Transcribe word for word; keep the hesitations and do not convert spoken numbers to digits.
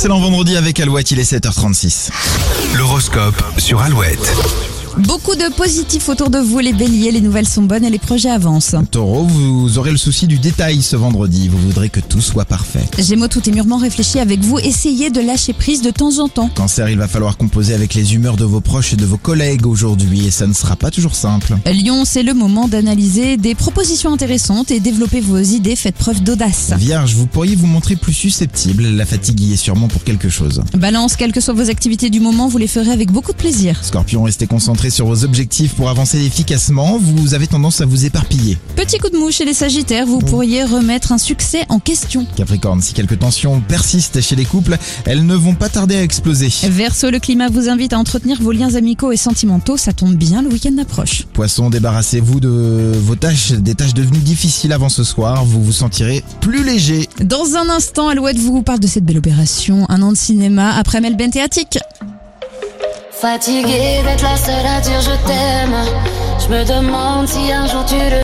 excellent vendredi avec Alouette, il est sept heures trente-six. L'horoscope sur Alouette. Beaucoup de positifs autour de vous, les béliers, les nouvelles sont bonnes et les projets avancent. Taureau, vous aurez le souci du détail ce vendredi, vous voudrez que tout soit parfait. Gémeaux, tout est mûrement réfléchi avec vous, essayez de lâcher prise de temps en temps. Cancer, il va falloir composer avec les humeurs de vos proches et de vos collègues aujourd'hui et ça ne sera pas toujours simple. Lion, c'est le moment d'analyser des propositions intéressantes et développer vos idées, faites preuve d'audace. Vierge, vous pourriez vous montrer plus susceptible, la fatigue y est sûrement pour quelque chose. Balance, quelles que soient vos activités du moment, vous les ferez avec beaucoup de plaisir. Scorpion, restez concentré sur vos objectifs pour avancer efficacement, vous avez tendance à vous éparpiller. Petit coup de mou chez les sagittaires, vous pourriez remettre un succès en question. Capricorne, si quelques tensions persistent chez les couples, elles ne vont pas tarder à exploser. Verseau, le climat vous invite à entretenir vos liens amicaux et sentimentaux, ça tombe bien, le week-end approche. Poisson, débarrassez-vous de vos tâches, des tâches devenues difficiles avant ce soir, vous vous sentirez plus léger. Dans un instant, Alouette vous parle de cette belle opération, un an de cinéma après Melbourne Théatique. Fatiguée d'être la seule à dire je t'aime. Je me demande si un jour tu le